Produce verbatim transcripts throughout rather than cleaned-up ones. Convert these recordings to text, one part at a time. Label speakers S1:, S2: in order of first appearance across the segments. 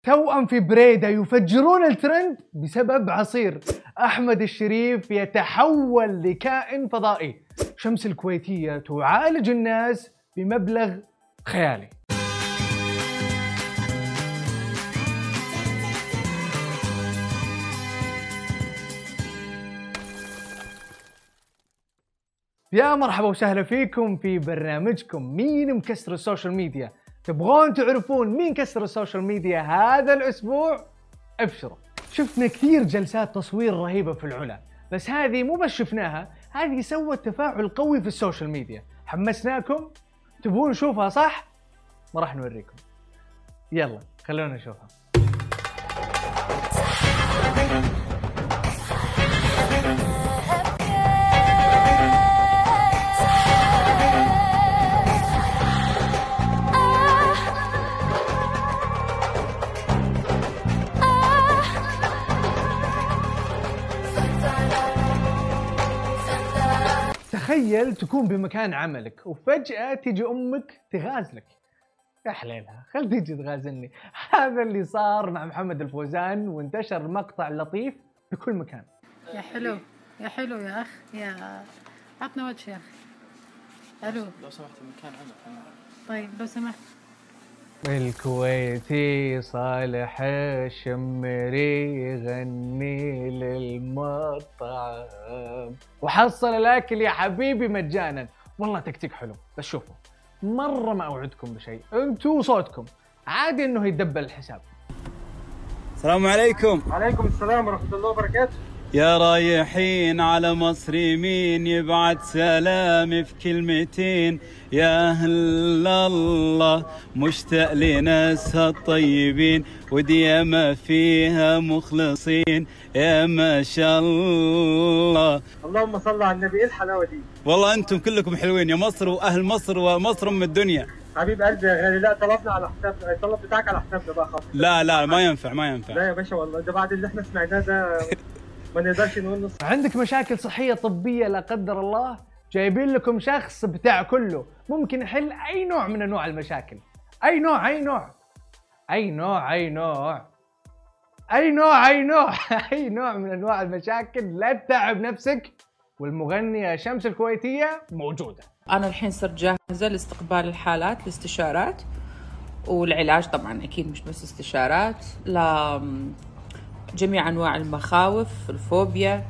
S1: توأم في بريدة يفجرون الترند بسبب عصير. أحمد الشريف يتحول لكائن فضائي. شمس الكويتية تعالج الناس بمبلغ خيالي. يا مرحبا وسهلا فيكم في برنامجكم مين مكسر السوشيال ميديا. تبغون تعرفون مين كسر السوشيال ميديا هذا الأسبوع؟ ابشروا. شفنا كثير جلسات تصوير رهيبة في العلا، بس هذه مو بس شفناها، هذه سوت تفاعل قوي في السوشيال ميديا. حمسناكم؟ تبغون نشوفها صح؟ ما راح نوريكم. يلا خلونا نشوفها. تخيل تكون بمكان عملك وفجأة تيجي أمك تغازلك. يا حليلها، خل تيجي تغازلني. هذا اللي صار مع محمد الفوزان وانتشر مقطع لطيف بكل مكان.
S2: يا حلو يا حلو يا أخ، يا عطنا وجه يا أخي. ألو
S3: لو سمحت المكان عندك.
S2: طيب لو سمحت.
S1: الكويتي صالح الشمري يغني للمطعم وحصل الأكل يا حبيبي مجانا. والله تكتيك حلو، بس شوفوا مرة ما أوعدكم بشيء، انتوا صوتكم عادي انه يدبل الحساب.
S4: السلام عليكم.
S5: وعليكم السلام ورحمة الله وبركاته.
S4: يا رايحين على مصر مين يبعت سلامي في كلمتين. يا أهل الله مشتاق لناسها الطيبين وديما فيها مخلصين. يا ما شاء الله.
S5: اللهم صل على النبي. ايه الحلاوة دي؟
S4: والله أنتم كلكم حلوين يا مصر وأهل مصر ومصر أم الدنيا.
S5: حبيب قلبي يا غالي. لا طلبنا على حسابنا، الطلب بتاعك على حسابنا بقى خلاص.
S4: لا لا ما ينفع ما ينفع.
S5: لا يا باشا والله ده بعد اللي احنا سمعناه ده ما نقدرش نقول نص.
S1: عندك مشاكل صحية طبية لا قدر الله، جايبين لكم شخص بتاع كله، ممكن يحل أي نوع من أنواع المشاكل. أي نوع أي نوع أي نوع أي نوع أي نوع أي نوع أي نوع من أنواع المشاكل. لا تتعب نفسك، والمغنية شمس الكويتية موجودة.
S6: أنا الحين صرت جاهزة لاستقبال الحالات، الاستشارات والعلاج طبعا أكيد مش بس استشارات، لا جميع أنواع المخاوف، الفوبيا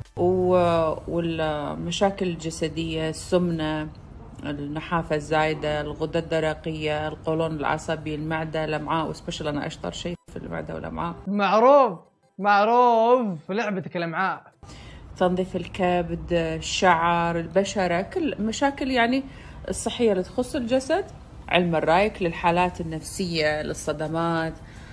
S6: والمشاكل الجسدية، السمنة، النحافة الزايدة، الغدة الدرقية، القولون العصبي، المعدة، الأمعاء، وسبيشل أنا أشطر شيء في المعدة والأمعاء.
S1: معروف معروف في لعبتك الأمعاء.
S6: تنظيف الكبد، الشعر، البشرة، كل مشاكل يعني الصحية اللي تخص الجسد. علم الرايك للحالات النفسية، للصدمات،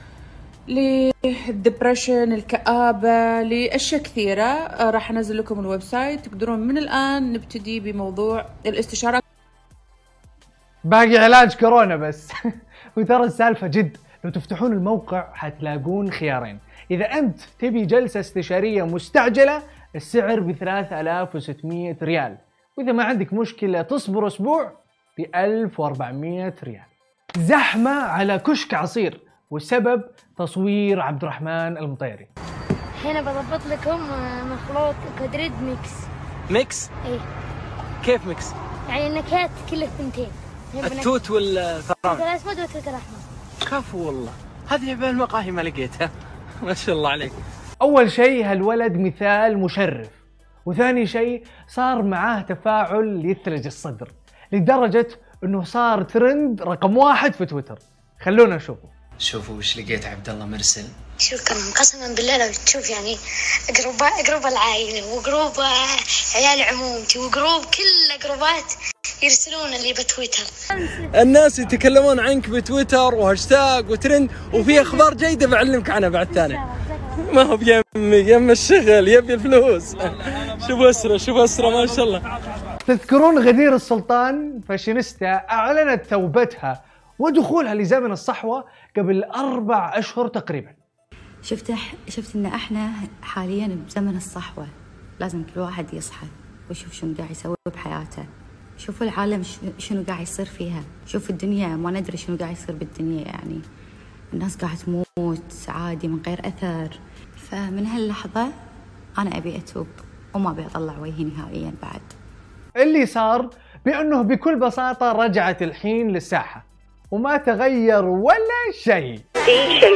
S6: للدبريشن، الكآبة، لأشياء كثيرة. راح أنزل لكم الويب سايت، تقدرون من الآن نبتدي بموضوع الاستشارات.
S1: باقي علاج كورونا بس. وترى السالفة جد، لو تفتحون الموقع حتلاقون خيارين. إذا أنت تبي جلسة استشارية مستعجلة السعر بثلاثة آلاف وستمية ريال، وإذا ما عندك مشكلة تصبر أسبوع بألف وأربعمية ريال. زحمة على كشك عصير، والسبب تصوير عبد الرحمن المطيري.
S7: هنا بضبط لكم مخلوط كودريد ميكس.
S3: ميكس؟
S7: ايه.
S3: كيف ميكس؟
S7: يعني النكهات كلها ثنتين،
S3: التوت والفرامل.
S7: الاسود والتوت الاحمر.
S3: كفو والله، هذه بالمقاهي ما لقيتها. ما شاء الله عليك.
S1: اول شيء هالولد مثال مشرف، وثاني شيء صار معاه تفاعل يثلج الصدر لدرجة انه صار ترند رقم واحد في تويتر. خلونا نشوفه.
S8: شوفوا وش لقيت عبد الله مرسل.
S7: شوف كم قسما بالله لو تشوف يعني جروب جروب العائله وجروب عيال عمومتي وجروب كل جروبات يرسلون اللي بتويتر.
S3: الناس يتكلمون عنك بتويتر وهاشتاج وترند، وفي اخبار جيده بعلمك عنها بعد ثاني. ما هو بيمي يم الشغل يبي الفلوس. شوف اسره شوف اسره ما شاء الله.
S1: تذكرون غدير السلطان فاشينيستا اعلنت توبتها ودخولها لزمن الصحوة قبل أربع أشهر تقريبا.
S9: شفت شفت إن إحنا حاليا بزمن الصحوة، لازم كل واحد يصحى ويشوف شنو قاعد يسوي بحياته. شوفوا العالم شنو قاعد يصير فيها، شوف الدنيا ما ندري شنو قاعد يصير بالدنيا يعني. الناس قاعدة تموت عادي من غير أثر. فمن هاللحظة أنا أبي أتوب وما أبي أطلع وجهي نهائيا بعد.
S1: اللي صار بأنه بكل بساطة رجعت الحين للساحة وما تغير ولا شيء.
S10: في شيء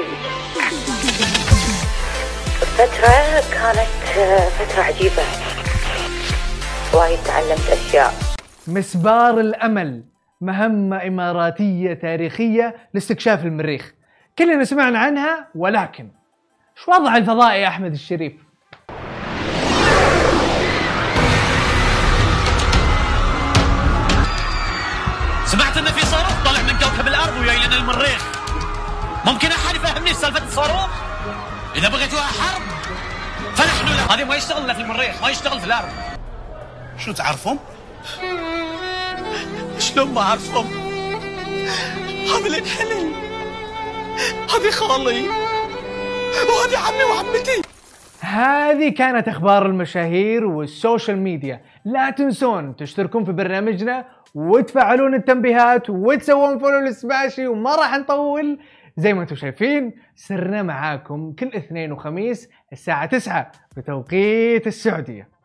S10: فترة كانت فترة عجيبة، وايد تعلمت أشياء.
S1: مسبار الأمل، مهمة إماراتية تاريخية لاستكشاف المريخ، كلنا سمعنا عنها، ولكن شو وضع الفضائي يا أحمد الشريف؟
S11: سمعت إن في صاروخ طلع من كوكب الأرض وجاي لنا المريخ. ممكن أحد يفهمني سالفة الصاروخ؟ إذا بغيتوها حرب فنحن لا. هذه ما يشتغل في المريخ، ما يشتغل في الأرض.
S4: شو تعرفهم؟ شلون ما أعرفهم؟ هذا الانحلل، هذه خالي وهذه عمي وعمتي.
S1: هذه كانت أخبار المشاهير والسوشيال ميديا. لا تنسون تشتركون في برنامجنا وتفعلون التنبيهات وتسوون فولو للسباشي، وما راح نطول. زي ما انتم شايفين سرنا معاكم كل اثنين وخميس الساعة تسعة بتوقيت السعودية.